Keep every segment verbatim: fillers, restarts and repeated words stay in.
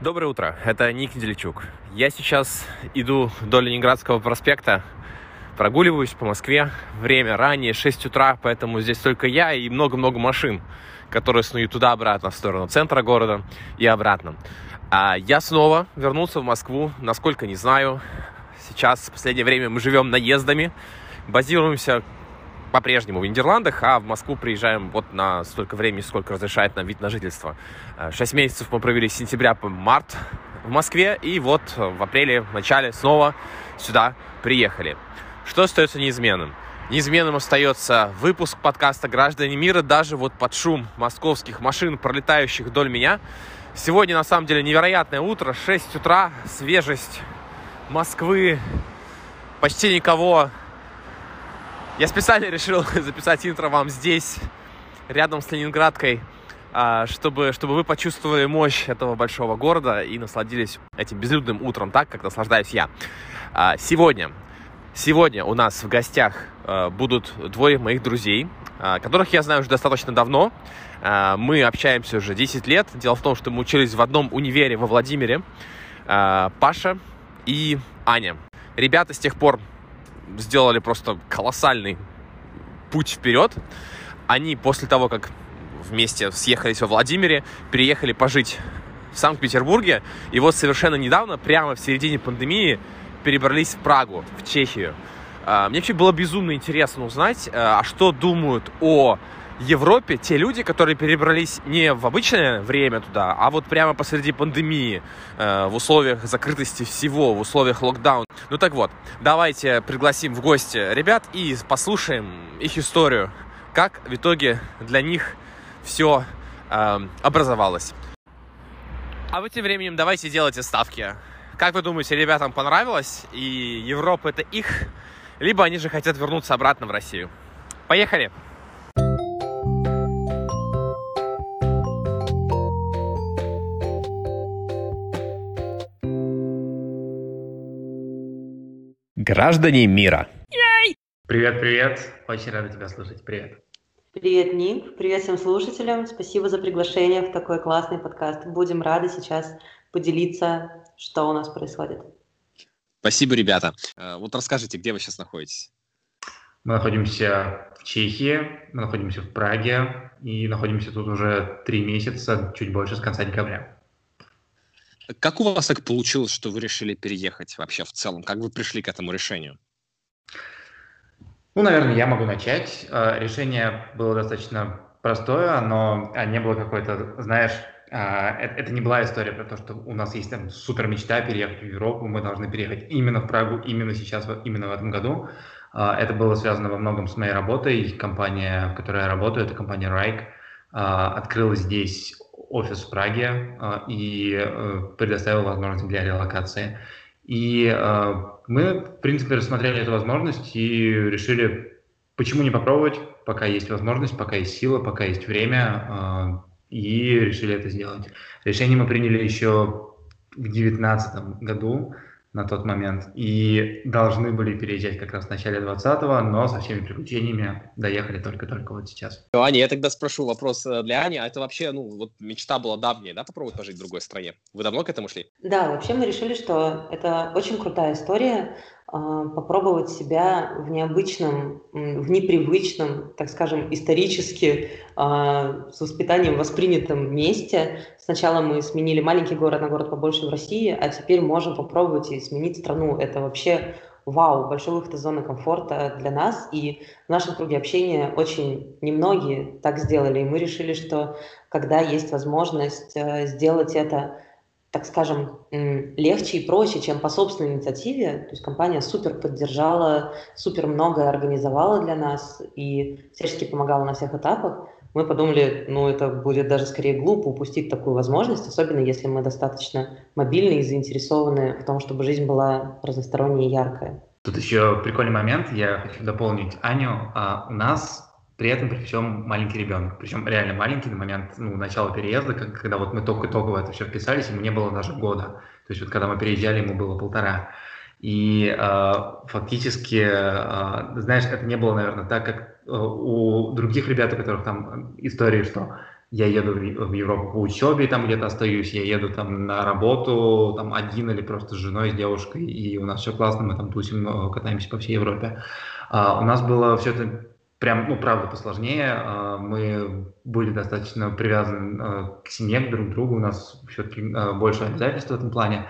Доброе утро, это Ник Неделичук. Я сейчас иду вдоль Ленинградского проспекта, прогуливаюсь по Москве. Время ранее, шесть утра, поэтому здесь только я и много-много машин, которые снуют туда-обратно, в сторону центра города и обратно. А я снова вернулся в Москву, насколько не знаю. Сейчас, в последнее время, мы живем наездами, базируемся по-прежнему в Нидерландах, а в Москву приезжаем вот на столько времени, сколько разрешает нам вид на жительство. Шесть месяцев мы провели с сентября по март в Москве, и вот в апреле, в начале снова сюда приехали. Что остается неизменным? Неизменным остается выпуск подкаста «Граждане мира», даже вот под шум московских машин, пролетающих вдоль меня. Сегодня, на самом деле, невероятное утро, шесть утра, свежесть Москвы, почти никого. Я специально решил записать интро вам здесь, рядом с Ленинградкой, чтобы, чтобы вы почувствовали мощь этого большого города и насладились этим безлюдным утром так, как наслаждаюсь я. Сегодня, сегодня у нас в гостях будут двое моих друзей, которых я знаю уже достаточно давно. Мы общаемся уже десять лет. Дело в том, что мы учились в одном универе во Владимире. Паша и Аня. Ребята с тех пор сделали просто колоссальный путь вперед. Они после того, как вместе съехались во Владимире, переехали пожить в Санкт-Петербурге. И вот совершенно недавно, прямо в середине пандемии, перебрались в Прагу, в Чехию. Мне вообще было безумно интересно узнать, а что думают о Европе те люди, которые перебрались не в обычное время туда, а вот прямо посреди пандемии, э, в условиях закрытости всего, в условиях локдауна. Ну так вот, давайте пригласим в гости ребят и послушаем их историю, как в итоге для них все э, образовалось. А вы тем временем давайте делайте ставки. Как вы думаете, ребятам понравилось, и Европа это их, либо они же хотят вернуться обратно в Россию? Поехали! Граждане мира. Привет, привет. Очень рада тебя слушать. Привет. Привет, Ник. Привет всем слушателям. Спасибо за приглашение в такой классный подкаст. Будем рады сейчас поделиться, что у нас происходит. Спасибо, ребята. Вот расскажите, где вы сейчас находитесь? Мы находимся в Чехии, мы находимся в Праге и находимся тут уже три месяца, чуть больше, с конца декабря. Как у вас так получилось, что вы решили переехать вообще в целом? Как вы пришли к этому решению? Ну, наверное, я могу начать. Решение было достаточно простое, но не было какой-то, знаешь, это не была история про то, что у нас есть там супер мечта переехать в Европу, мы должны переехать именно в Прагу, именно сейчас, именно в этом году. Это было связано во многом с моей работой. Компания, в которой я работаю, это компания Райк, открыла здесь офис в Праге и предоставила возможность для релокации. И мы, в принципе, рассмотрели эту возможность и решили, почему не попробовать, пока есть возможность, пока есть сила, пока есть время, и решили это сделать. Решение мы приняли еще в две тысячи девятнадцатом году, на тот момент, и должны были переезжать как раз в начале двадцатого, но со всеми приключениями доехали только-только вот сейчас. Аня, я тогда спрошу вопрос для Ани. А это вообще, ну, вот мечта была давняя, да, попробовать пожить в другой стране? Вы давно к этому шли? Да, вообще мы решили, что это очень крутая история, попробовать себя в необычном, в непривычном, так скажем, исторически с воспитанием воспринятом месте. Сначала мы сменили маленький город на город побольше в России, а теперь можем попробовать и сменить страну. Это вообще вау, большой выход из зоны комфорта для нас. И в нашем круге общения очень немногие так сделали. И мы решили, что когда есть возможность сделать это, так скажем, легче и проще, чем по собственной инициативе. То есть компания супер поддержала, супер многое организовала для нас и всячески помогала на всех этапах. Мы подумали, ну это будет даже скорее глупо упустить такую возможность, особенно если мы достаточно мобильны и заинтересованы в том, чтобы жизнь была разносторонняя и яркая. Тут еще прикольный момент, я хочу дополнить Аню. А у нас при этом, при всем, маленький ребенок. Причем реально маленький на момент ну, начала переезда, когда вот мы только-только в это все вписались, ему не было даже года. То есть вот когда мы переезжали, ему было полтора. И э, фактически, э, знаешь, это не было, наверное, так, как э, у других ребят, у которых там истории, что я еду в в Европу по учебе, там где-то остаюсь, я еду там на работу, там один или просто с женой, с девушкой, и у нас все классно, мы там тусим, э, катаемся по всей Европе. А, у нас было все это прям, ну, правда, посложнее. А, мы были достаточно привязаны э, к семье, к друг другу, у нас все-таки больше обязательств в этом плане,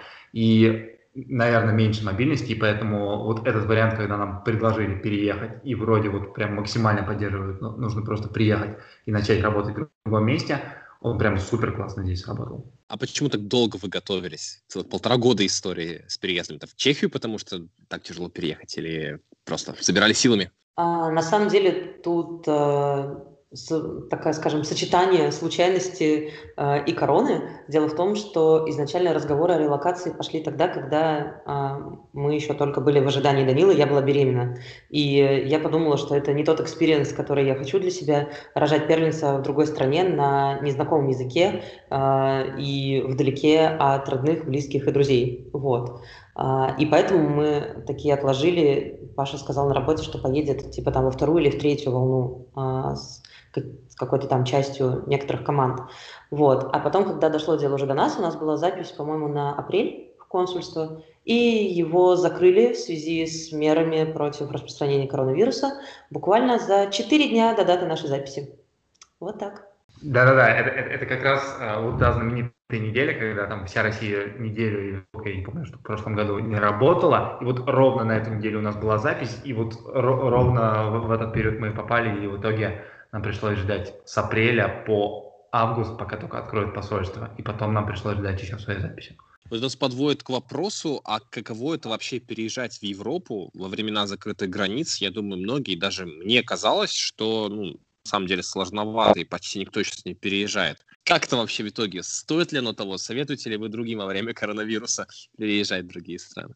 и, наверное, меньше мобильности, и поэтому вот этот вариант, когда нам предложили переехать, и вроде вот прям максимально поддерживают, ну, нужно просто приехать и начать работать в другом месте, он прям супер классно здесь работал. А почему так долго вы готовились? Целых полтора года истории с переездом. Это в Чехию, потому что так тяжело переехать, или просто собирали силами? А, на самом деле тут э, с- такое, скажем, сочетание случайности э, и короны. Дело в том, что изначально разговоры о релокации пошли тогда, когда а, мы еще только были в ожидании Данилы, я была беременна. И э, я подумала, что это не тот экспириенс, который я хочу для себя, рожать первенца в другой стране на незнакомом языке а, и вдалеке от родных, близких и друзей. Вот. А, И поэтому мы такие отложили. Паша сказал на работе, что поедет типа там во вторую или в третью волну а, с, как- с какой-то там частью некоторых команд. Вот. А потом, когда дошло дело уже до нас, у нас была запись, по-моему, на апрель в консульство, и его закрыли в связи с мерами против распространения коронавируса буквально за четыре дня до даты нашей записи. Вот так. Да-да-да, это, это, это как раз а, вот та знаменитая неделя, когда там вся Россия неделю, я не помню, что в прошлом году не работала, и вот ровно на эту неделю у нас была запись, и вот ро- ровно в, в этот период мы попали, и в итоге нам пришлось ждать с апреля по август, пока только откроют посольство, и потом нам пришлось ждать еще своей записи. Вот это нас подводит к вопросу, а каково это вообще переезжать в Европу во времена закрытых границ? Я думаю, многие, даже мне казалось, что, ну, на самом деле сложновато, и почти никто сейчас не переезжает. Как это вообще в итоге? Стоит ли оно того? Советуете ли вы другим во время коронавируса переезжать в другие страны?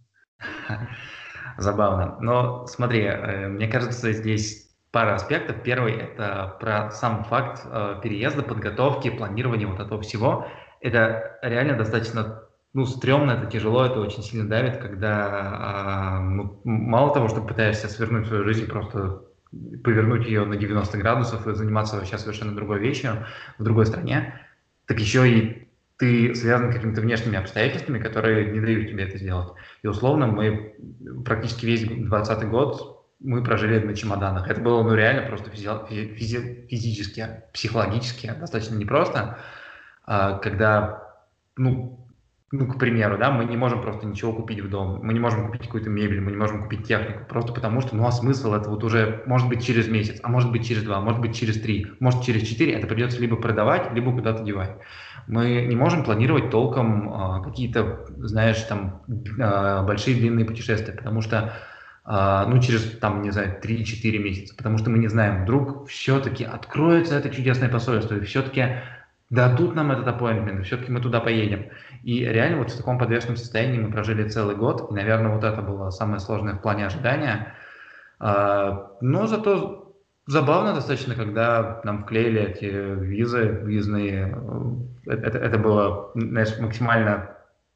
Забавно. Но смотри, э, мне кажется, здесь пара аспектов. Первый – это про сам факт э, переезда, подготовки, планирования вот этого всего. Это реально достаточно, ну, стрёмно, это тяжело, это очень сильно давит, когда а, ну, мало того, что пытаешься свернуть свою жизнь, просто повернуть ее на девяносто градусов и заниматься вообще совершенно другой вещью в другой стране, так еще и ты связан какими-то внешними обстоятельствами, которые не дают тебе это сделать. И условно мы практически весь двадцатый год мы прожили на чемоданах. Это было ну реально просто физи- физи- физически, психологически достаточно непросто, а, когда, ну, ну, к примеру, да, мы не можем просто ничего купить в дом, мы не можем купить какую-то мебель, мы не можем купить технику, просто потому что, ну, а смысл это вот уже может быть через месяц, а может быть через два, может быть через три, может через четыре, это придется либо продавать, либо куда-то девать. Мы не можем планировать толком а, какие-то, знаешь, там а, большие длинные путешествия, потому что, а, ну, через, там, не знаю, три-четыре месяца, потому что мы не знаем, вдруг все-таки откроется это чудесное посольство, и все-таки дадут нам этот appointment, все-таки мы туда поедем. И реально вот в таком подвешенном состоянии мы прожили целый год, и, наверное, вот это было самое сложное в плане ожидания. А, но зато забавно достаточно, когда нам вклеили эти визы, визные. Это, это было, знаешь, максимально...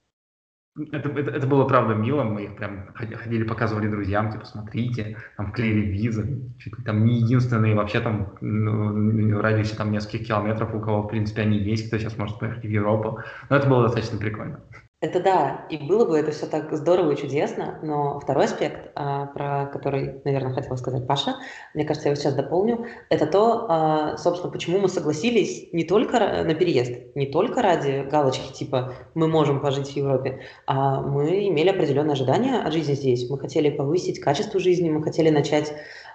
Это, это, это было, правда, мило. Мы их прям ходили, показывали друзьям, типа, смотрите, там вклеили визы. Чуть ли там не единственные, вообще там ну, в радиусе там нескольких километров, у кого, в принципе, они есть, кто сейчас может поехать в Европу. Но это было достаточно прикольно. Это да, и было бы это все так здорово и чудесно, но второй аспект, а, про который, наверное, хотела сказать Паша, мне кажется, я его сейчас дополню, это то, а, собственно, почему мы согласились не только ра- на переезд, не только ради галочки типа «мы можем пожить в Европе», а мы имели определенные ожидания от жизни здесь. Мы хотели повысить качество жизни, мы хотели начать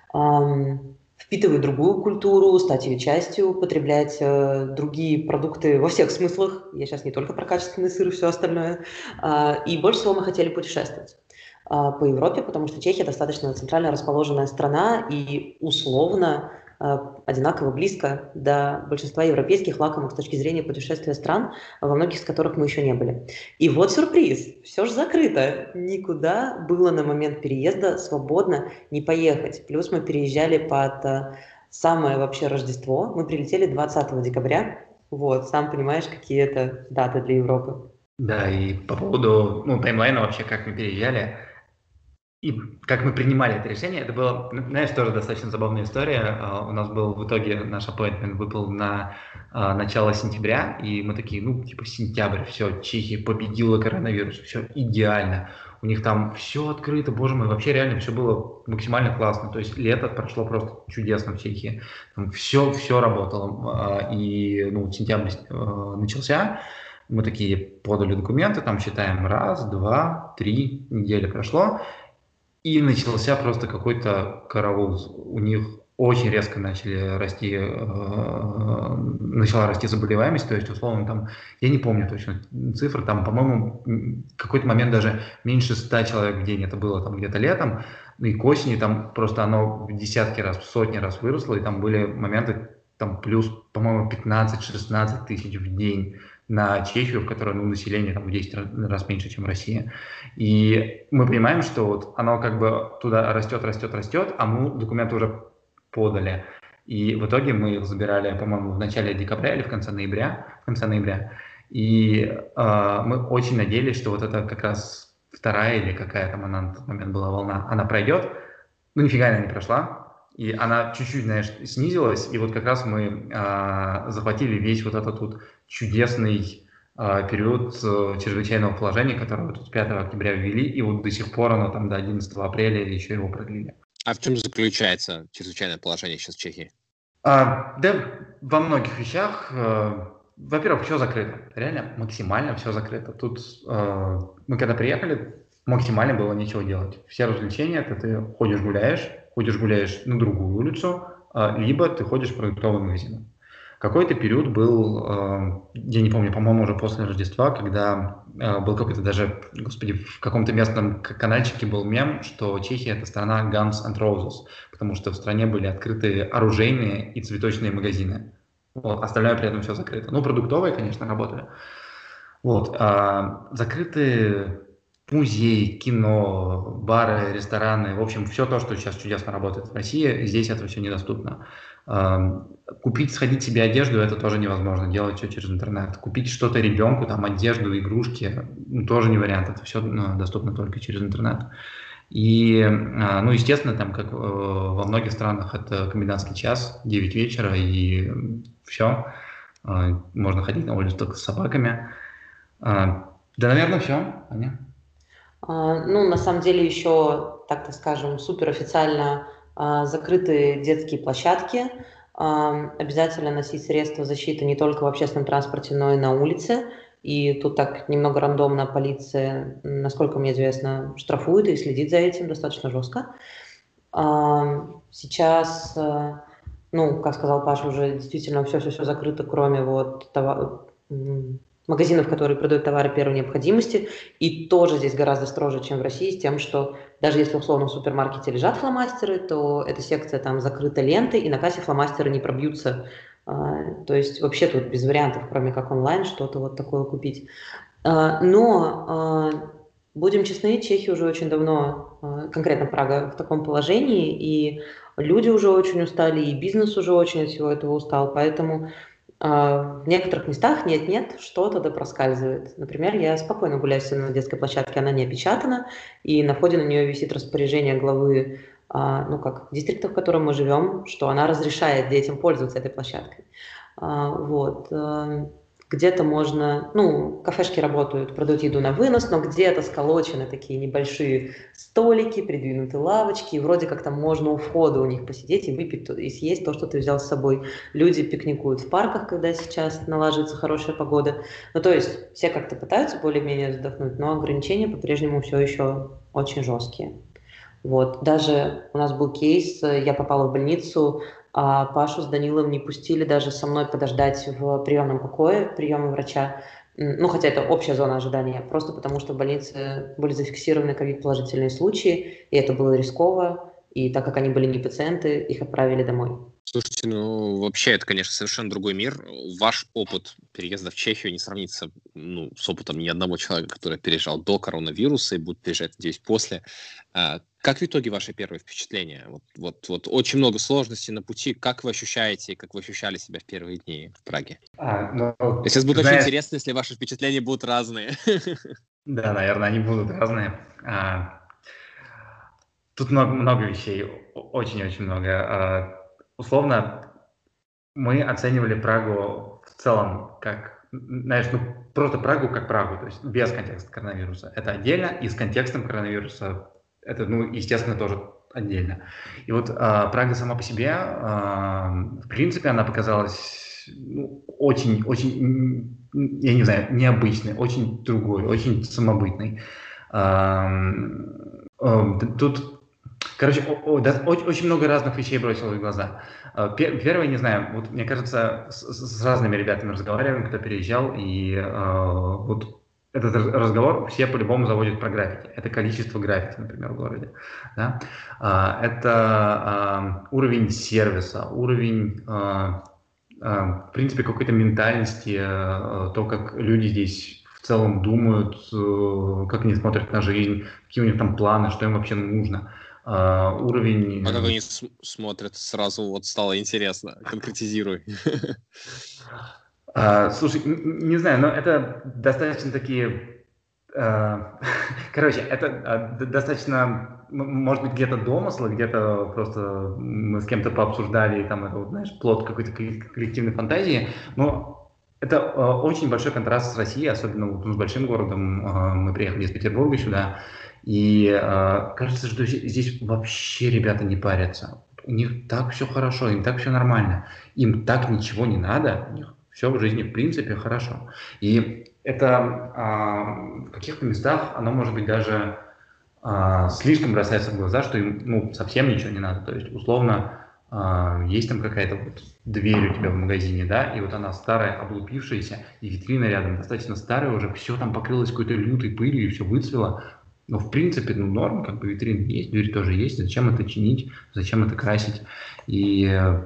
ам, впитывать другую культуру, стать ее частью, потреблять э, другие продукты во всех смыслах. Я сейчас не только про качественный сыр и все остальное. А, и больше всего мы хотели путешествовать а, по Европе, потому что Чехия достаточно центрально расположенная страна и условно а, одинаково близко до большинства европейских лакомых с точки зрения путешествия стран, во многих из которых мы еще не были. И вот сюрприз, все же закрыто. Никуда было на момент переезда свободно не поехать. Плюс мы переезжали под а, самое вообще Рождество. Мы прилетели двадцатого декабря. Вот, сам понимаешь, какие это даты для Европы. Да, и по поводу, ну, таймлайна вообще, как мы переезжали, и как мы принимали это решение, это было, знаешь, тоже достаточно забавная история. У нас был в итоге, наш appointment выпал на а, начало сентября, и мы такие, ну, типа, сентябрь, все, Чехия победила коронавирус, все идеально. У них там все открыто, боже мой, вообще реально все было максимально классно. То есть лето прошло просто чудесно в Чехии. Там все, все работало. И, ну, сентябрь начался. Мы такие подали документы, там считаем раз, два, три недели прошло. И начался просто какой-то караул. У них очень резко начали расти, э, начала расти заболеваемость, то есть, условно, там, я не помню точно цифры, там, по-моему, в какой-то момент даже меньше ста человек в день это было там где-то летом, и к осени там просто оно в десятки раз, в сотни раз выросло, и там были моменты, там, плюс, по-моему, пятнадцать-шестнадцать тысяч в день на Чехию, в которой, ну, население там в десять раз меньше, чем Россия. И мы понимаем, что вот оно как бы туда растет, растет, растет, а мы документы уже подали. И в итоге мы их забирали, по-моему, в начале декабря или в конце ноября. В конце ноября. И э, мы очень надеялись, что вот это как раз вторая или какая там она на тот момент была волна, она пройдет. Ну, нифига она не прошла. И она чуть-чуть, знаешь, снизилась. И вот как раз мы э, захватили весь вот этот вот чудесный э, период э, чрезвычайного положения, который вот пятого октября ввели. И вот до сих пор оно там до одиннадцатого апреля или еще его продлили. А в чем заключается чрезвычайное положение сейчас в Чехии? А, да, во многих вещах. Э, во-первых, все закрыто. Реально максимально все закрыто. Тут э, мы когда приехали, максимально было нечего делать. Все развлечения, это ты ходишь гуляешь, ходишь гуляешь на другую улицу, э, либо ты ходишь в продуктовый магазин. Какой-то период был, э, я не помню, по-моему, уже после Рождества, когда э, был какой-то даже, господи, в каком-то местном канальчике был мем, что Чехия — это страна Guns and Roses, потому что в стране были открыты оружейные и цветочные магазины. Вот, остальное при этом все закрыто. Ну, продуктовые, конечно, работали. Вот, а, закрыты музеи, кино, бары, рестораны, в общем, все то, что сейчас чудесно работает в России, здесь это все недоступно. Купить, сходить себе одежду, это тоже невозможно, делать все через интернет. Купить что-то ребенку, там, одежду, игрушки, ну, тоже не вариант, это все ну, доступно только через интернет. И, ну, естественно, там, как во многих странах, это комендантский час, девять вечера, и все. Можно ходить на улицу только с собаками. Да, наверное, все, Аня. Ну, на самом деле, еще, так скажем, суперофициально закрыты детские площадки. Обязательно носить средства защиты не только в общественном транспорте, но и на улице. И тут так немного рандомно полиция, насколько мне известно, штрафует и следит за этим достаточно жестко. Сейчас, ну, как сказал Паша, уже действительно все-все-все закрыто, кроме вот того, магазинов, которые продают товары первой необходимости, и тоже здесь гораздо строже, чем в России, с тем, что даже если условно в супермаркете лежат фломастеры, то эта секция там закрыта лентой, и на кассе фломастеры не пробьются. То есть вообще тут без вариантов, кроме как онлайн, что-то вот такое купить. Но, будем честны, Чехия уже очень давно, конкретно Прага, в таком положении, и люди уже очень устали, и бизнес уже очень от всего этого устал, поэтому в некоторых местах нет-нет, что-то да проскальзывает. Например, я спокойно гуляю на детской площадке, она не опечатана, и на входе на нее висит распоряжение главы, ну как, дистрикта, в котором мы живем, что она разрешает детям пользоваться этой площадкой. Вот. Где-то можно, ну, кафешки работают, продают еду на вынос, но где-то сколочены такие небольшие столики, придвинуты лавочки, и вроде как там можно у входа у них посидеть и выпить, и съесть то, что ты взял с собой. Люди пикникуют в парках, когда сейчас налаживается хорошая погода. Ну, то есть все как-то пытаются более-менее вздохнуть, но ограничения по-прежнему все еще очень жесткие. Вот. Даже у нас был кейс, я попала в больницу, а Пашу с Данилом не пустили даже со мной подождать в приемном покое, приема врача. Ну, хотя это общая зона ожидания, просто потому что в больнице были зафиксированы ковид-положительные случаи, и это было рисково, и так как они были не пациенты, их отправили домой. Слушайте, ну, вообще, это, конечно, совершенно другой мир. Ваш опыт переезда в Чехию не сравнится, ну, с опытом ни одного человека, который переезжал до коронавируса и будет переезжать, надеюсь, после. Как в итоге ваши первые впечатления? Вот, вот, вот очень много сложностей на пути. Как вы ощущаете, как вы ощущали себя в первые дни в Праге? А, ну, Сейчас будет знаешь... очень интересно, если ваши впечатления будут разные. Да, наверное, они будут разные. А, Тут много, много вещей, очень-очень много. А, условно, мы оценивали Прагу в целом как, знаешь, ну, просто Прагу как Прагу, то есть без контекста коронавируса. Это отдельно, и с контекстом коронавируса это, ну, естественно, тоже отдельно. И вот а, Прага сама по себе, а, в принципе, она показалась ну, очень, очень, я не знаю, необычной, очень другой, очень самобытной. А, а, тут, короче, о, о, да, очень, очень много разных вещей бросилось в глаза. Пер, первое, не знаю, вот мне кажется, с, с разными ребятами разговариваем, кто переезжал, и э, вот этот разговор все по-любому заводят про граффити. Это количество граффити, например, в городе. Да? А, это а, уровень сервиса, уровень, а, а, в принципе, какой-то ментальности, а, то, как люди здесь в целом думают, а, как они смотрят на жизнь, какие у них там планы, что им вообще нужно. Uh, уровень... А как они с- смотрят сразу, вот стало интересно, конкретизируй. Uh, слушай, н- не знаю, но это достаточно такие... Uh, короче, это uh, достаточно, может быть, где-то домыслы, где-то просто мы с кем-то пообсуждали, и там это, вот, знаешь, плод какой-то коллективной фантазии, но это uh, очень большой контраст с Россией, особенно вот, с большим городом. Uh, мы приехали из Петербурга сюда, и э, кажется, что здесь вообще ребята не парятся. У них так все хорошо, им так все нормально. Им так ничего не надо, у них все в жизни в принципе хорошо. И это э, в каких-то местах оно может быть даже э, слишком бросается в глаза, что им ну, совсем ничего не надо. То есть условно э, есть там какая-то вот дверь у тебя в магазине, да, и вот она старая, облупившаяся, и витрина рядом достаточно старая уже, все там покрылось какой-то лютой пылью и все выцвело. Но в принципе, ну, норм, как бы витрина есть, дверь тоже есть, зачем это чинить, зачем это красить. И э,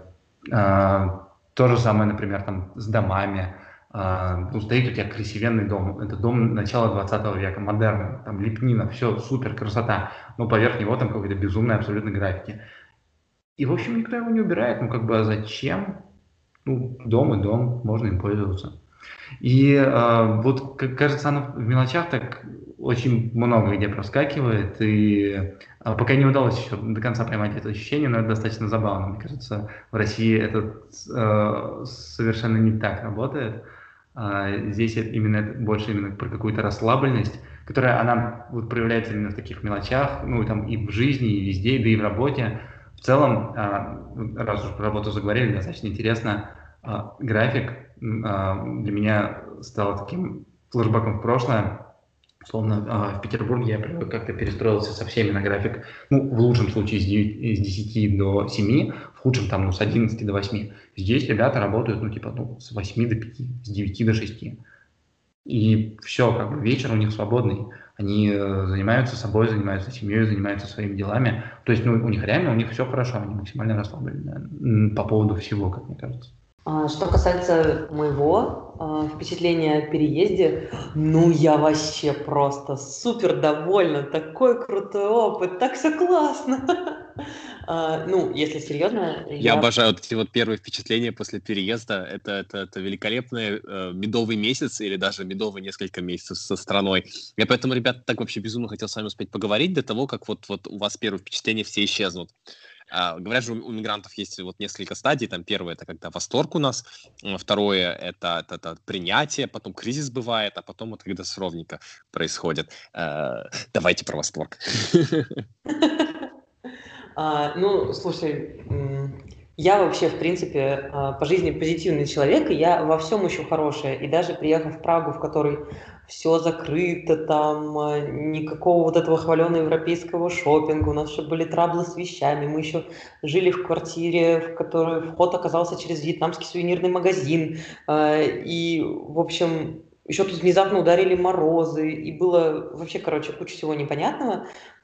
то же самое, например, там с домами. Э, ну, стоит у тебя красивенный дом, это дом начала двадцатого века, модерн, там лепнина, все, супер, красота, но поверх него там какой-то безумный абсолютно граффити. И, в общем, никто его не убирает, ну, как бы, а зачем? Ну, дом и дом, можно им пользоваться. И э, вот, как кажется, оно в мелочах так очень много где проскакивает, и э, пока не удалось еще до конца поймать это ощущение, но это достаточно забавно. Мне кажется, в России это э, совершенно не так работает. Э, здесь это именно больше именно про какую-то расслабленность, которая она вот, проявляется именно в таких мелочах, ну, там и в жизни, и везде, да и в работе. В целом, э, раз уж про работу заговорили, достаточно интересно, э, график для меня стало таким флешбеком в прошлое. Условно, в Петербурге я как-то перестроился со всеми на график, ну, в лучшем случае с десяти до семи, в худшем там, ну, с одиннадцати до восьми. Здесь ребята работают, ну, типа, ну, с восьми до пяти, с девяти до шести. И все, как бы вечер у них свободный. Они занимаются собой, занимаются семьей, занимаются своими делами. То есть, ну, у них реально, у них все хорошо, они максимально расслаблены по поводу всего, как мне кажется. Что касается моего э, впечатления о переезде, ну я вообще просто супер довольна, такой крутой опыт, так все классно. Uh, ну, если серьезно... Я, я обожаю вот эти вот первые впечатления после переезда. Это, это, это великолепный э, медовый месяц или даже медовый несколько месяцев со страной. Я поэтому, ребята, так вообще безумно хотел с вами успеть поговорить до того, как вот, вот у вас первые впечатления все исчезнут. Uh, говорят же, у, у мигрантов есть вот несколько стадий. Там первое — это когда восторг у нас, второе — это, это, это принятие, потом кризис бывает, а потом вот когда с ровненько происходит. Uh, давайте про восторг. А, ну, слушай, я вообще, в принципе, по жизни позитивный человек, и я во всем ищу хорошее. И даже приехав в Прагу, в которой все закрыто, там никакого вот этого хваленого европейского шопинга, у нас еще были траблы с вещами, мы еще жили в квартире, в которой вход оказался через вьетнамский сувенирный магазин, и, в общем, еще тут внезапно ударили морозы, и было вообще, короче, куча всего непонятного.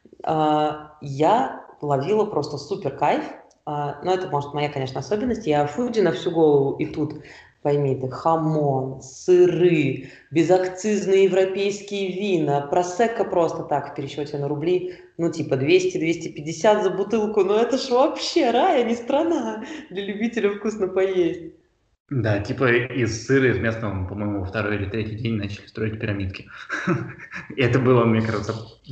Я ловила просто супер кайф, но это, может, моя, конечно, особенность. Я фуди на всю голову, и тут, пойми ты, хамон, сыры, безакцизные европейские вина, просекко просто так в пересчете на рубли, ну, типа двести - двести пятьдесят за бутылку, ну это ж вообще рай, а не страна для любителей вкусно поесть. Да, типа из сыра, из местного, по-моему, во второй или третий день начали строить пирамидки. И это было, мне кажется,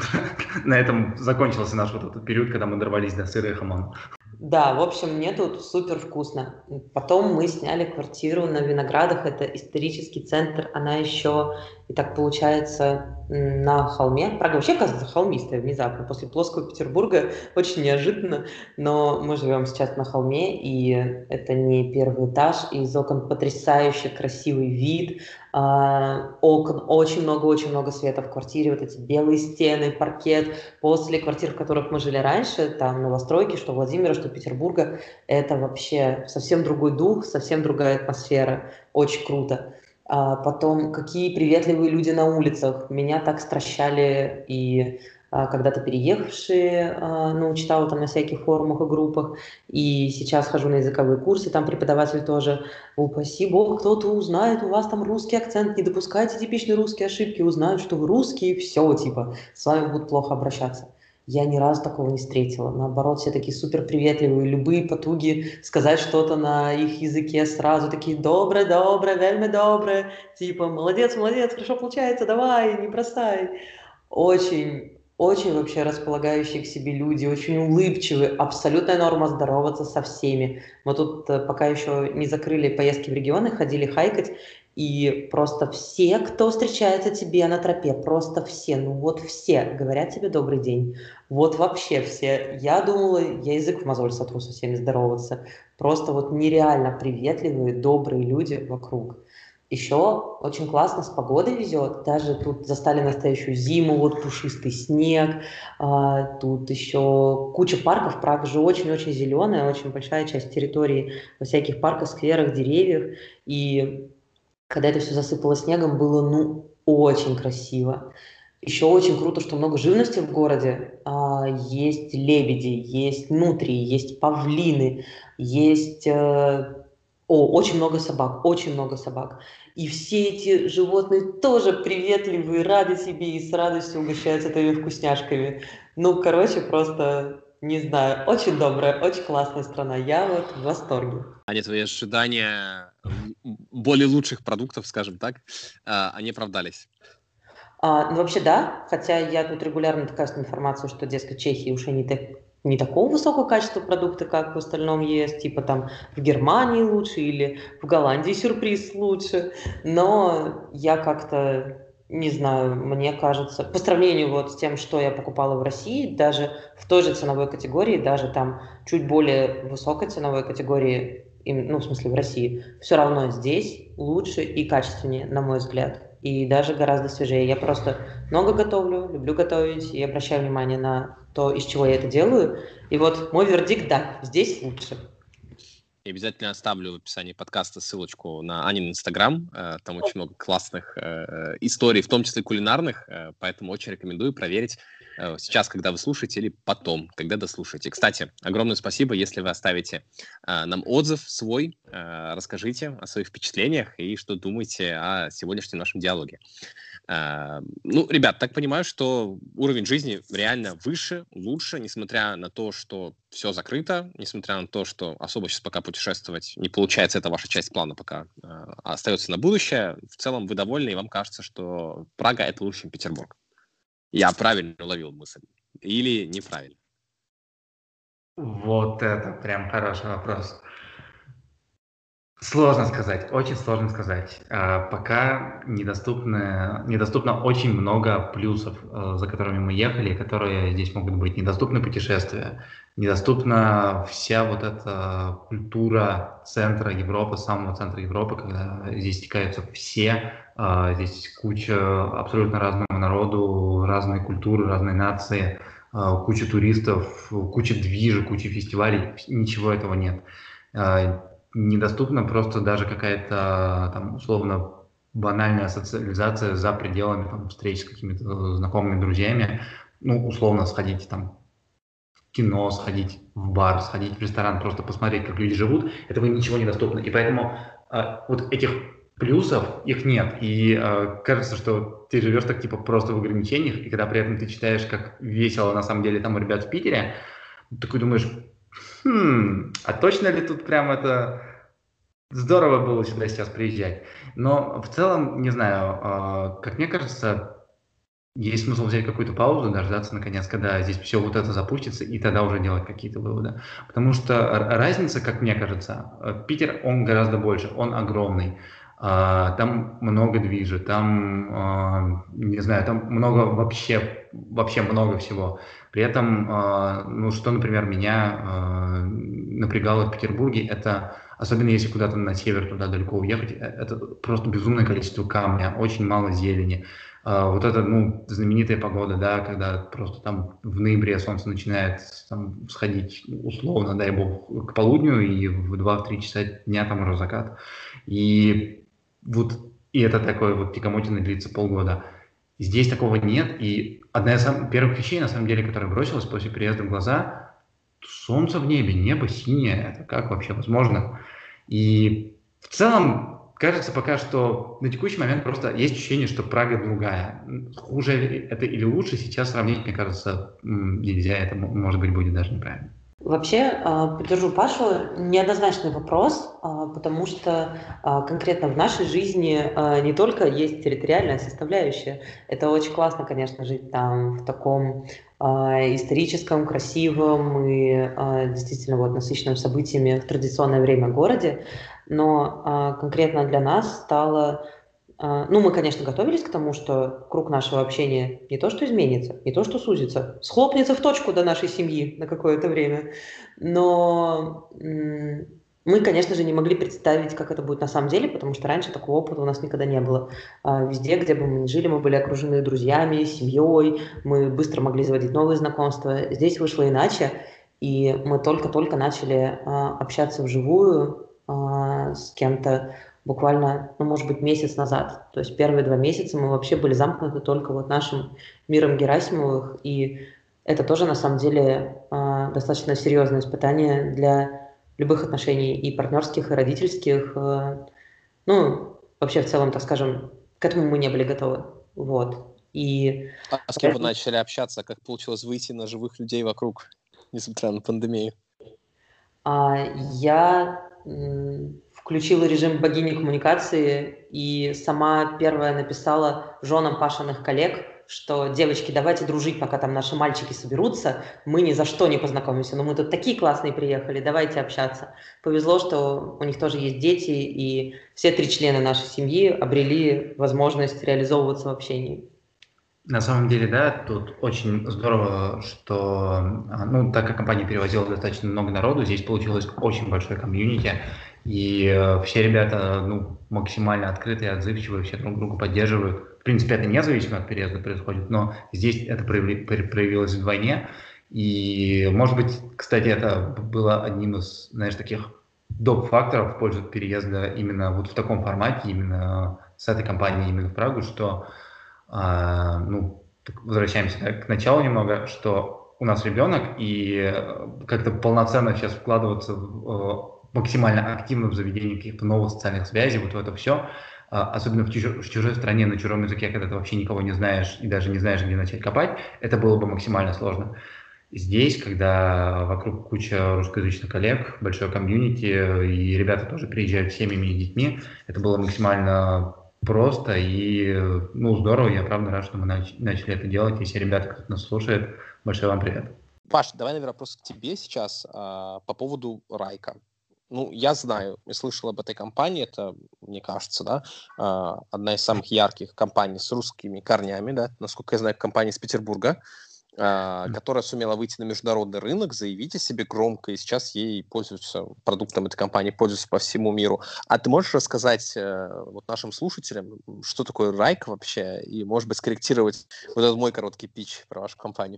на этом закончился наш вот этот период, когда мы дорвались до сыра и хамона. Да, в общем, мне тут супер вкусно. Потом мы сняли квартиру на Виноградах, это исторический центр, она еще, и так получается, на холме. Прага вообще, оказывается, холмистая внезапно, после плоского Петербурга, очень неожиданно, но мы живем сейчас на холме, и это не первый этаж, и из окон потрясающе красивый вид, а, окон, очень много, очень много света в квартире, вот эти белые стены, паркет. После квартир, в которых мы жили раньше, там новостройки, что Владимира, что Петербурга, это вообще совсем другой дух, совсем другая атмосфера, очень круто. А потом, какие приветливые люди на улицах, меня так стращали и а, когда-то переехавшие, а, ну, читала там на всяких форумах и группах, и сейчас хожу на языковые курсы, там преподаватель тоже, упаси бог, кто-то узнает, у вас там русский акцент, не допускайте типичные русские ошибки, узнают, что вы русские, все, типа, с вами будут плохо обращаться. Я ни разу такого не встретила. Наоборот, все такие супер приветливые, любые потуги сказать что-то на их языке сразу такие «доброе, доброе, вельми доброе», типа «молодец, молодец, хорошо получается, давай, не бросай». Очень, очень вообще располагающие к себе люди, очень улыбчивые, абсолютная норма здороваться со всеми. Мы тут э, пока еще не закрыли поездки в регионы, ходили хайкать, и просто все, кто встречается тебе на тропе, просто все, ну вот все говорят тебе добрый день. Вот вообще все. Я думала, я язык в мозоль сотру со всеми здороваться. Просто вот нереально приветливые, добрые люди вокруг. Еще очень классно с погодой везет. Даже тут застали настоящую зиму, вот пушистый снег. А, тут еще куча парков. Прага же очень-очень зеленая, очень большая часть территории во всяких парках, скверах, деревьях. И когда это все засыпало снегом, было, ну, очень красиво. Еще очень круто, что много живности в городе. А, есть лебеди, есть нутрии, есть павлины, есть... Э, о, очень много собак, очень много собак. И все эти животные тоже приветливые, рады тебе и с радостью угощаются твоими вкусняшками. Ну, короче, просто, не знаю, очень добрая, очень классная страна. Я вот в восторге. Аня, твои ожидания более лучших продуктов, скажем так, они оправдались? А, ну, вообще, да. Хотя я тут регулярно натыкаюсь на информацию, что, дескать, Чехии уже не, так, не такого высокого качества продукта, как в остальном ЕС. Типа там в Германии лучше или в Голландии сюрприз лучше. Но я как-то... Не знаю, мне кажется, по сравнению вот с тем, что я покупала в России, даже в той же ценовой категории, даже там чуть более высокой ценовой категории, ну, в смысле в России, все равно здесь лучше и качественнее, на мой взгляд, и даже гораздо свежее. Я просто много готовлю, люблю готовить и обращаю внимание на то, из чего я это делаю. И вот мой вердикт, да, здесь лучше. Я обязательно оставлю в описании подкаста ссылочку на Анин Инстаграм. Там очень много классных э, историй, в том числе кулинарных, э, поэтому очень рекомендую проверить э, сейчас, когда вы слушаете, или потом, когда дослушаете. Кстати, огромное спасибо, если вы оставите э, нам отзыв свой, э, расскажите о своих впечатлениях и что думаете о сегодняшнем нашем диалоге. Uh, ну, ребят, так понимаю, что уровень жизни реально выше, лучше, несмотря на то, что все закрыто, несмотря на то, что особо сейчас пока путешествовать не получается, это ваша часть плана пока uh, остается на будущее. В целом вы довольны, и вам кажется, что Прага — это лучше, чем Петербург. Я правильно уловил мысль? Или неправильно? Вот это прям хороший вопрос. Сложно сказать, очень сложно сказать. А, пока недоступно, недоступно очень много плюсов, э, за которыми мы ехали, которые здесь могут быть. Недоступны путешествия, недоступна вся вот эта культура центра Европы, самого центра Европы, когда здесь стекаются все, э, здесь куча абсолютно разного народу, разные культуры, разные нации, э, куча туристов, куча движа, куча фестивалей, ничего этого нет. Э, Недоступна просто даже какая-то там условно банальная социализация за пределами там, встреч с какими-то знакомыми друзьями. Ну, условно сходить там в кино, сходить в бар, сходить в ресторан, просто посмотреть, как люди живут. Этого ничего недоступно. И поэтому э, вот этих плюсов, их нет. И э, кажется, что ты живешь так типа просто в ограничениях, и когда при этом ты читаешь, как весело на самом деле там у ребят в Питере, такой думаешь... Хм, а точно ли тут прям это здорово было сюда сейчас приезжать. Но в целом, не знаю, э, как мне кажется, есть смысл взять какую-то паузу, дождаться наконец, когда здесь все вот это запустится, и тогда уже делать какие-то выводы. Потому что р- разница, как мне кажется, э, Питер, он гораздо больше, он огромный. А, Там много движа, там, а, не знаю, там много вообще, вообще много всего. При этом, а, ну, что, например, меня а, напрягало в Петербурге, это, особенно если куда-то на север туда далеко уехать, э, это просто безумное количество камня, очень мало зелени. А, Вот это, ну, знаменитая погода, да, когда просто там в ноябре солнце начинает там сходить условно, дай бог, к полудню, и в два-три часа дня там уже закат. И вот, и это такое вот тягомотина длится полгода. Здесь такого нет, и одна из самых первых вещей, на самом деле, которая бросилась после переезда в глаза, солнце в небе, небо синее, это как вообще возможно? И в целом, кажется пока что на текущий момент просто есть ощущение, что Прага другая. Хуже это или лучше сейчас сравнить, мне кажется, м, нельзя, это м- может быть будет даже неправильно. Вообще, а, поддержу Пашу, неоднозначный вопрос, а, потому что а, конкретно в нашей жизни а, не только есть территориальная составляющая. Это очень классно, конечно, жить там в таком а, историческом, красивом и а, действительно вот насыщенном событиями в традиционное время городе, но а, конкретно для нас стало а, Ну, мы, конечно, готовились к тому, что круг нашего общения не то что изменится, не то что сузится, схлопнется в точку до нашей семьи на какое-то время. Но м, мы, конечно же, не могли представить, как это будет на самом деле, потому что раньше такого опыта у нас никогда не было. А, Везде, где бы мы ни жили, мы были окружены друзьями, семьей, мы быстро могли заводить новые знакомства. Здесь вышло иначе, и мы только-только начали а, общаться вживую а, с кем-то буквально, ну, может быть, месяц назад. То есть первые два месяца мы вообще были замкнуты только вот нашим миром Герасимовых, и это тоже, на самом деле, а, достаточно серьезное испытание для любых отношений, и партнерских, и родительских. а, Ну, вообще, в целом, так скажем, к этому мы не были готовы. Вот. И А с кем вы поэтому начали общаться? Как получилось выйти на живых людей вокруг, несмотря на пандемию? А, я м, включила режим богини коммуникации и сама первая написала женам Пашиных коллег, что, девочки, давайте дружить, пока там наши мальчики соберутся, мы ни за что не познакомимся, но мы тут такие классные приехали, давайте общаться. Повезло, что у них тоже есть дети, и все три члена нашей семьи обрели возможность реализовываться в общении. На самом деле, да, тут очень здорово, что, а, ну, так как компания перевозила достаточно много народу, здесь получилось очень большое комьюнити, и э, все ребята, ну, максимально открытые, отзывчивые, все друг друга поддерживают. В принципе, это независимо от переезда происходит, но здесь это прояви- пр- проявилось вдвойне, и, может быть, кстати, это было одним из, знаешь, таких доп. Факторов в пользу переезда именно вот в таком формате, именно с этой компанией, именно в Прагу, что а, ну, так возвращаемся, да, к началу немного, что у нас ребенок, и э, как-то полноценно сейчас вкладываться в, э, максимально активно в заведение каких-то новых социальных связей, вот в это все, особенно в, чужой, в чужой стране, на чужом языке, когда ты вообще никого не знаешь и даже не знаешь, где начать копать, это было бы максимально сложно. Здесь, когда вокруг куча русскоязычных коллег, большое комьюнити, и ребята тоже приезжают с семьями и детьми, это было максимально просто и, ну, здорово. Я правда рад, что мы нач- начали это делать. Если ребята, кто нас слушает, большой вам привет. Паш, давай, наверное, вопрос к тебе сейчас а, по поводу Райка. Ну, я знаю, я слышал об этой компании, это, мне кажется, да, а, одна из самых ярких компаний с русскими корнями, да, насколько я знаю, компания из Петербурга, а, которая сумела выйти на международный рынок, заявить о себе громко, и сейчас ей пользуются, продуктом этой компании пользуются по всему миру. А ты можешь рассказать э, вот нашим слушателям, что такое Райк вообще, и, может быть, скорректировать вот этот мой короткий питч про вашу компанию?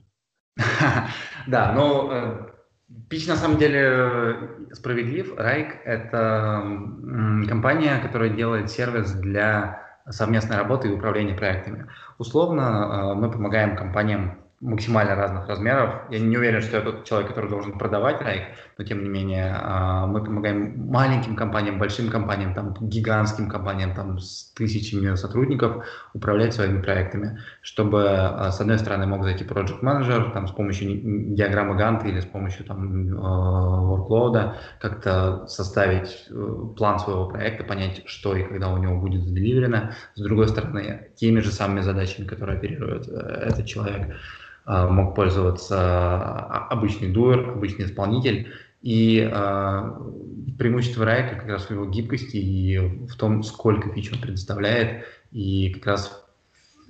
Да, но э, Пич на самом деле э, справедлив. Райк — это м, компания, которая делает сервис для совместной работы и управления проектами. Условно, э, мы помогаем компаниям максимально разных размеров. Я не уверен, что я тот человек, который должен продавать Райк, но тем не менее мы помогаем маленьким компаниям, большим компаниям, там, гигантским компаниям там, с тысячами сотрудников управлять своими проектами, чтобы с одной стороны мог зайти project manager там, с помощью диаграммы Ганта или с помощью там, workload как-то составить план своего проекта, понять, что и когда у него будет заделиверено. С другой стороны, теми же самыми задачами, которые оперирует этот человек, мог пользоваться обычный дуэр, обычный исполнитель. И э, преимущество Райка как раз в его гибкости и в том, сколько фич он предоставляет. И как раз, э,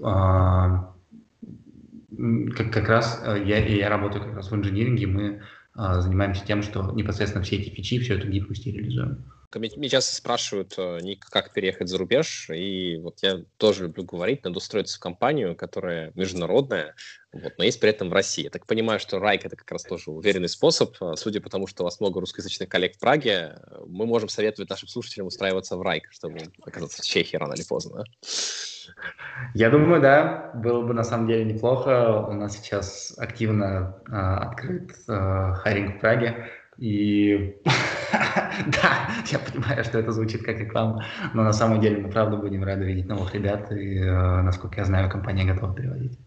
как, как раз я, я работаю как раз в инжиниринге, мы э, занимаемся тем, что непосредственно все эти фичи, всю эту гибкость реализуем. Меня часто спрашивают, Ник, как переехать за рубеж, и вот я тоже люблю говорить, надо устроиться в компанию, которая международная, вот, но есть при этом в России. Я так понимаю, что Райк — это как раз тоже уверенный способ. Судя по тому, что у вас много русскоязычных коллег в Праге, мы можем советовать нашим слушателям устраиваться в Райк, чтобы оказаться в Чехии рано или поздно. Я думаю, да, было бы на самом деле неплохо. У нас сейчас активно э, открыт э, хайринг в Праге. И да, я понимаю, что это звучит как реклама, но на самом деле мы правда будем рады видеть новых ребят, и, э, насколько я знаю, компания готова переводить.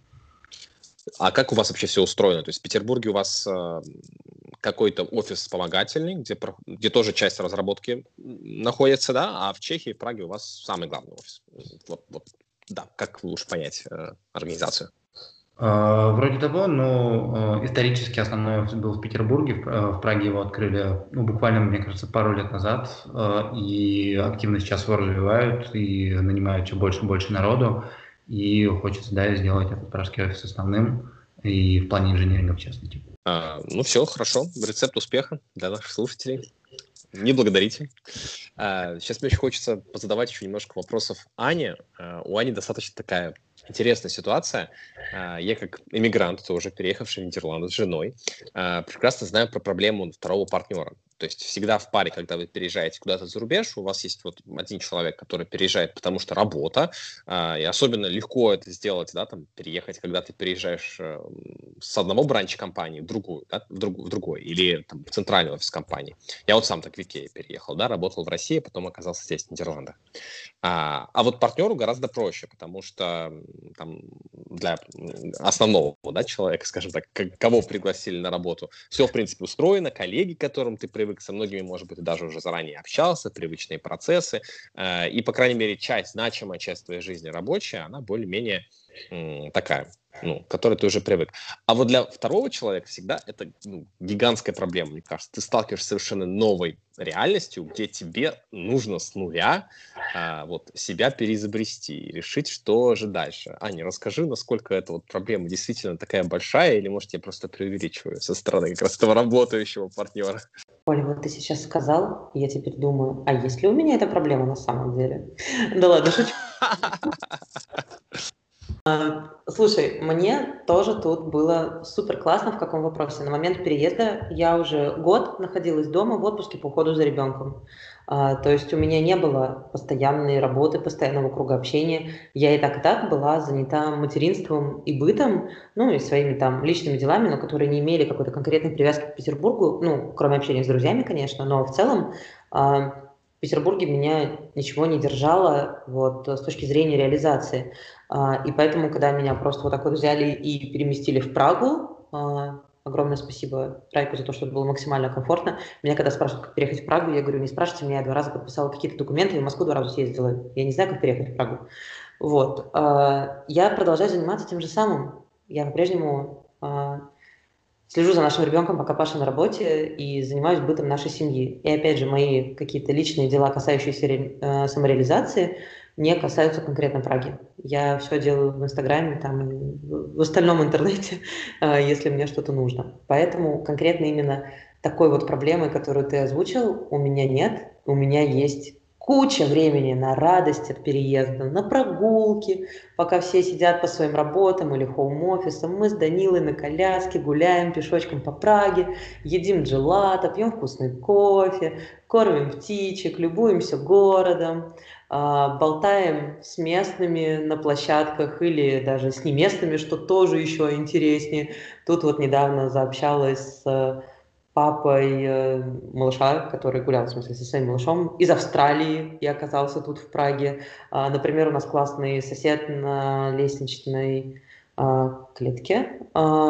А как у вас вообще все устроено? То есть в Петербурге у вас э, какой-то офис вспомогательный, где, где тоже часть разработки находится, да, а в Чехии, в Праге у вас самый главный офис. Вот, вот, да, как лучше понять э, организацию? Uh, вроде того, но uh, исторически основной офис был в Петербурге, в, uh, в Праге его открыли, ну, буквально, мне кажется, пару лет назад, uh, и активно сейчас его развивают, и нанимают все больше и больше народу, и хочется, да, сделать этот пражский офис основным, и в плане инженеринга, в частности. А, ну, все, хорошо. Рецепт успеха для наших слушателей. Не благодарите. А, сейчас мне очень хочется позадавать еще немножко вопросов Ане. А, у Ани достаточно такая интересная ситуация. Я как иммигрант, тоже переехавший в Нидерланды с женой, прекрасно знаю про проблему второго партнера. То есть всегда в паре, когда вы переезжаете куда-то за рубеж, у вас есть вот один человек, который переезжает, потому что работа, и особенно легко это сделать, да, там, переехать, когда ты переезжаешь с одного бранча компании в другую, да, в, друг, в другой, или там, в центральный офис компании. Я вот сам так в Икее переехал, да, работал в России, потом оказался здесь, в Нидерландах. А, а вот партнеру гораздо проще, потому что там, для основного, да, человека, скажем так, кого пригласили на работу, все, в принципе, устроено, коллеги, к которым ты привык, со многими, может быть, ты даже уже заранее общался, привычные процессы, э, и, по крайней мере, часть, значимая часть твоей жизни рабочая, она более-менее м, такая, ну, к которой ты уже привык. А вот для второго человека всегда это ну, гигантская проблема, мне кажется. Ты сталкиваешься с совершенно новой реальностью, где тебе нужно с нуля а, вот, себя переизобрести и решить, что же дальше. Аня, расскажи, насколько эта вот проблема действительно такая большая, или, может, я просто преувеличиваю со стороны как раз этого работающего партнера? Оля, вот ты сейчас сказал, и я теперь думаю, а есть ли у меня эта проблема на самом деле? Да ладно, шучу. Слушай, мне тоже тут было супер классно. В каком вопросе? На момент переезда я уже год находилась дома в отпуске по уходу за ребенком. А, то есть у меня не было постоянной работы, постоянного круга общения. Я и так и так была занята материнством и бытом, ну и своими там личными делами, но которые не имели какой-то конкретной привязки к Петербургу, ну, кроме общения с друзьями, конечно, но в целом а, в Петербурге меня ничего не держало вот, с точки зрения реализации. А, и поэтому, когда меня просто вот так вот взяли и переместили в Прагу, а, огромное спасибо Райку за то, что это было максимально комфортно. Меня когда спрашивают, как переехать в Прагу, я говорю, не спрашивайте меня, я два раза подписала какие-то документы, и в Москву два раза съездила. Я не знаю, как переехать в Прагу. Вот. Я продолжаю заниматься тем же самым. Я по-прежнему слежу за нашим ребенком, пока Паша на работе, и занимаюсь бытом нашей семьи. И опять же, мои какие-то личные дела, касающиеся самореализации, не касаются конкретно Праги. Я все делаю в Инстаграме, там, в остальном интернете, если мне что-то нужно. Поэтому конкретно именно такой вот проблемы, которую ты озвучил, у меня нет. У меня есть куча времени на радость от переезда, на прогулки, пока все сидят по своим работам или хоум-офисам. Мы с Данилой на коляске гуляем пешочком по Праге, едим джелато, пьем вкусный кофе, кормим птичек, любуемся городом, болтаем с местными на площадках или даже с неместными, что тоже еще интереснее. Тут вот недавно заобщалась с папой малыша, который гулял, в смысле, со своим малышом из Австралии и оказался тут в Праге. Например, у нас классный сосед на лестничной клетке.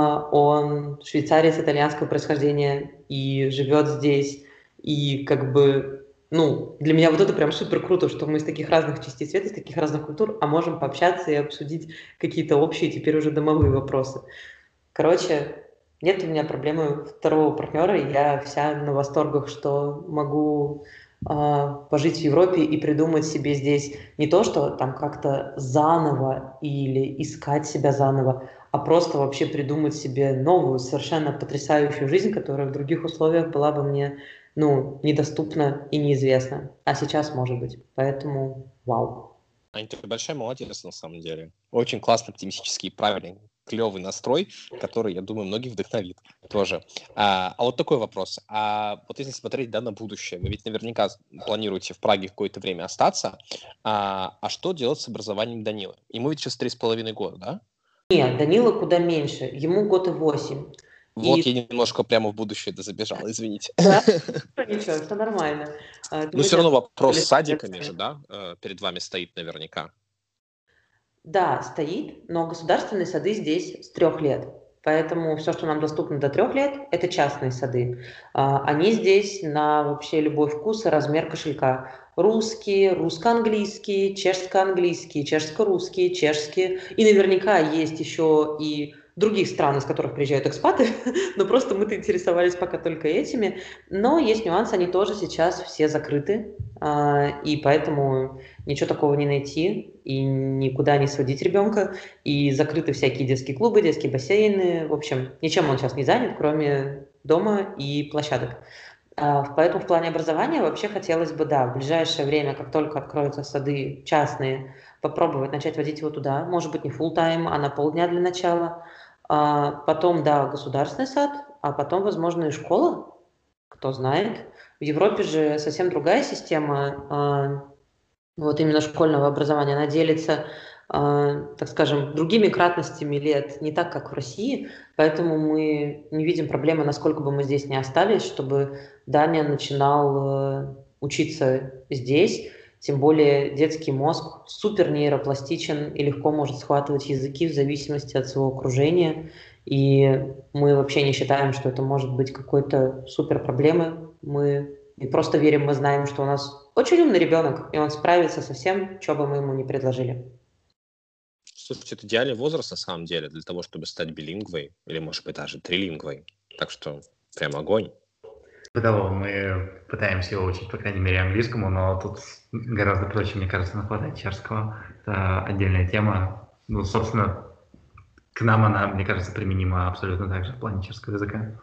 Он швейцарец итальянского происхождения и живет здесь. И как бы ну, для меня вот это прям супер круто, что мы из таких разных частей света, из таких разных культур, а можем пообщаться и обсудить какие-то общие, теперь уже домовые вопросы. Короче, нет у меня проблемы второго партнера, и я вся на восторгах, что могу э, пожить в Европе и придумать себе здесь не то, что там как-то заново или искать себя заново, а просто вообще придумать себе новую, совершенно потрясающую жизнь, которая в других условиях была бы мне ну, недоступно и неизвестно. А сейчас может быть. Поэтому вау. Аня, ты большая молодец на самом деле. Очень классный, оптимистический, правильный, клевый настрой, который, я думаю, многих вдохновит тоже. А, а вот такой вопрос. А вот если смотреть да, на будущее, вы ведь наверняка планируете в Праге какое-то время остаться. А, а что делать с образованием Данилы? Ему ведь сейчас три с половиной года, да? Нет, Данила куда меньше. Ему год и восемь. Вот и... я немножко прямо в будущее забежал, извините. Да, ничего, все нормально. Но все равно вопрос с садиками же, да, перед вами стоит наверняка. Да, стоит, но государственные сады здесь с трех лет. Поэтому все, что нам доступно до трех лет, это частные сады. Они здесь на вообще любой вкус и размер кошелька. Русские, русско-английские, чешско-английские, чешско-русские, чешские. И наверняка есть еще и других стран, из которых приезжают экспаты, но просто мы-то интересовались пока только этими. Но есть нюансы, они тоже сейчас все закрыты, и поэтому ничего такого не найти, и никуда не сводить ребенка, и закрыты всякие детские клубы, детские бассейны, в общем, ничем он сейчас не занят, кроме дома и площадок. Поэтому в плане образования вообще хотелось бы, да, в ближайшее время, как только откроются сады частные, попробовать начать водить его туда, может быть, не full-time, а на полдня для начала. А потом, да, государственный сад, а потом, возможно, и школа, кто знает. В Европе же совсем другая система вот именно школьного образования. Она делится, так скажем, другими кратностями лет, не так, как в России, поэтому мы не видим проблемы, насколько бы мы здесь не остались, чтобы Даня начинал учиться здесь. Тем более детский мозг супер нейропластичен и легко может схватывать языки в зависимости от своего окружения. И мы вообще не считаем, что это может быть какой-то супер проблемой. Мы просто верим, мы знаем, что у нас очень умный ребенок, и он справится со всем, что бы мы ему ни предложили. Слушайте, это идеальный возраст на самом деле для того, чтобы стать билингвой или, может быть, даже трилингвой. Так что прям огонь. Того мы пытаемся его учить, по крайней мере, английскому, но тут гораздо проще, мне кажется, накладать чешского. Это отдельная тема. Ну, собственно, к нам она, мне кажется, применима абсолютно так же в плане чешского языка.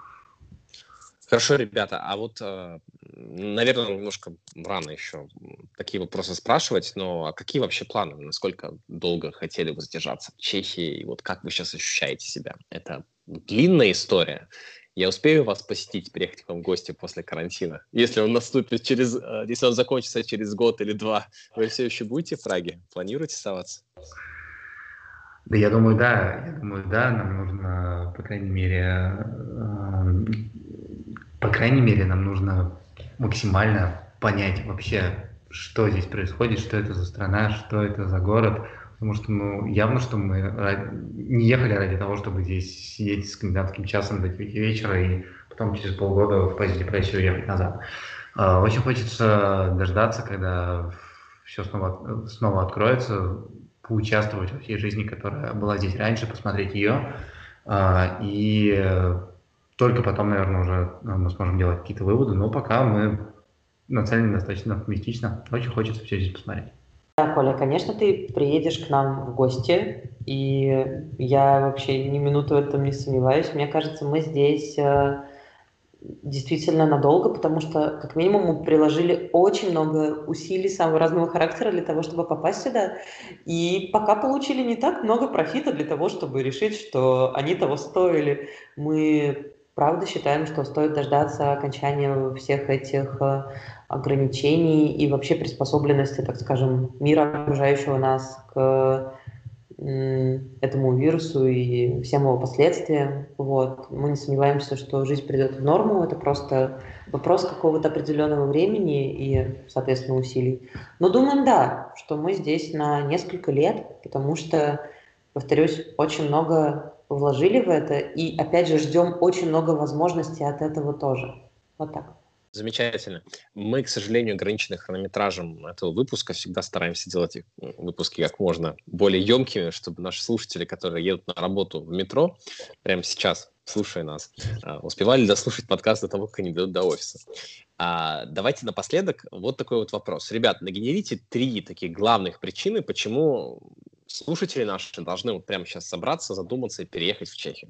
Хорошо, ребята, а вот, наверное, немножко рано еще такие вопросы спрашивать, но а какие вообще планы? Насколько долго хотели бы задержаться в Чехии? И вот как вы сейчас ощущаете себя? Это длинная история. Я успею вас посетить, приехать к вам в гости после карантина? Если он наступит через, если он закончится через год или два, вы все еще будете в Праге? Планируете оставаться? Да, я думаю, да. Я думаю, да. Нам нужно, по крайней мере, э, по крайней мере, нам нужно максимально понять вообще, что здесь происходит, что это за страна, что это за город. Потому что, ну, явно, что мы ради... не ехали ради того, чтобы здесь сидеть с комендантским часом до девяти вечера и потом через полгода в поезд-депрессию ехать назад. Очень хочется дождаться, когда все снова, снова откроется, поучаствовать во всей жизни, которая была здесь раньше, посмотреть ее. И только потом, наверное, уже мы сможем делать какие-то выводы. Но пока мы нацелены достаточно оптимистично. Очень хочется все здесь посмотреть. Да, Коля, конечно, ты приедешь к нам в гости, и я вообще ни минуту в этом не сомневаюсь. Мне кажется, мы здесь э, действительно надолго, потому что, как минимум, мы приложили очень много усилий самого разного характера для того, чтобы попасть сюда. И пока получили не так много профита для того, чтобы решить, что они того стоили. Мы правда считаем, что стоит дождаться окончания всех этих э, ограничений и вообще приспособленности, так скажем, мира, окружающего нас к этому вирусу и всем его последствиям. Вот. Мы не сомневаемся, что жизнь придет в норму. Это просто вопрос какого-то определенного времени и, соответственно, усилий. Но думаем, да, что мы здесь на несколько лет, потому что, повторюсь, очень много вложили в это и, опять же, ждем очень много возможностей от этого тоже. Вот так. Замечательно. Мы, к сожалению, ограничены хронометражем этого выпуска. Всегда стараемся делать выпуски как можно более емкими, чтобы наши слушатели, которые едут на работу в метро прямо сейчас, слушая нас, успевали дослушать подкаст до того, как они дойдут до офиса. А давайте напоследок вот такой вот вопрос. Ребят, нагенерите три таких главных причины, почему слушатели наши должны вот прямо сейчас собраться, задуматься и переехать в Чехию.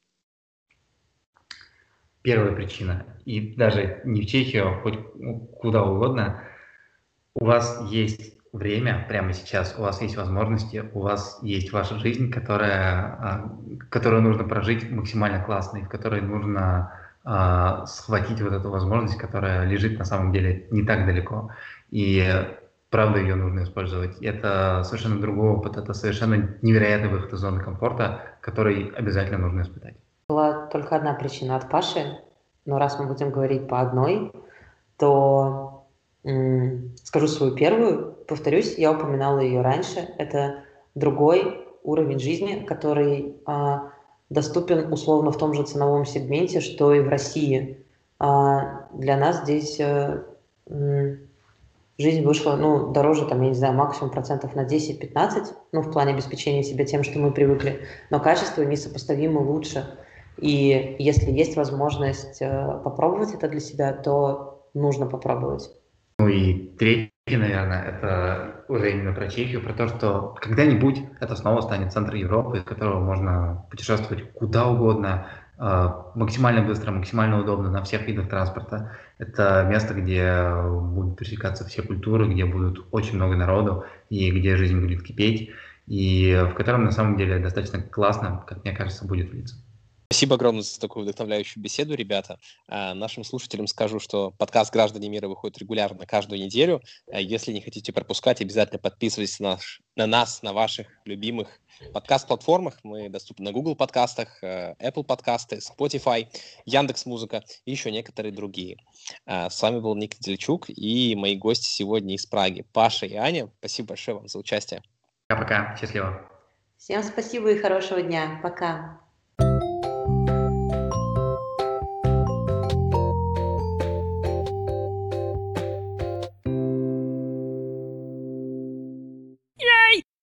Первая причина, и даже не в Чехию, а хоть куда угодно, у вас есть время прямо сейчас, у вас есть возможности, у вас есть ваша жизнь, которая, которую нужно прожить максимально классно, и в которой нужно а, схватить вот эту возможность, которая лежит на самом деле не так далеко. И правда ее нужно использовать. Это совершенно другой опыт, это совершенно невероятный выход из зоны комфорта, который обязательно нужно испытать. Была только одна причина от Паши, но раз мы будем говорить по одной, то м- скажу свою первую. Повторюсь, я упоминала ее раньше. Это другой уровень жизни, который а, доступен условно в том же ценовом сегменте, что и в России. А, для нас здесь а, м- жизнь вышла, ну, дороже, там, я не знаю, максимум процентов на десять-пятнадцать, ну, в плане обеспечения себя тем, что мы привыкли, но качество несопоставимо лучше. И если есть возможность э, попробовать это для себя, то нужно попробовать. Ну и третье, наверное, это уже именно про Чехию, про то, что когда-нибудь это снова станет центром Европы, из которого можно путешествовать куда угодно, э, максимально быстро, максимально удобно на всех видах транспорта. Это место, где будут пересекаться все культуры, где будет очень много народу и где жизнь будет кипеть, и в котором на самом деле достаточно классно, как мне кажется, будет влиться. Спасибо огромное за такую вдохновляющую беседу, ребята. А, нашим слушателям скажу, что подкаст «Граждане мира» выходит регулярно каждую неделю. А, если не хотите пропускать, обязательно подписывайтесь на, наш, на нас, на ваших любимых подкаст-платформах. Мы доступны на Google подкастах, Apple подкасты, Spotify, Яндекс.Музыка и еще некоторые другие. А, с вами был Ник Недельчук и мои гости сегодня из Праги, Паша и Аня. Спасибо большое вам за участие. Пока-пока, счастливо. Всем спасибо и хорошего дня. Пока.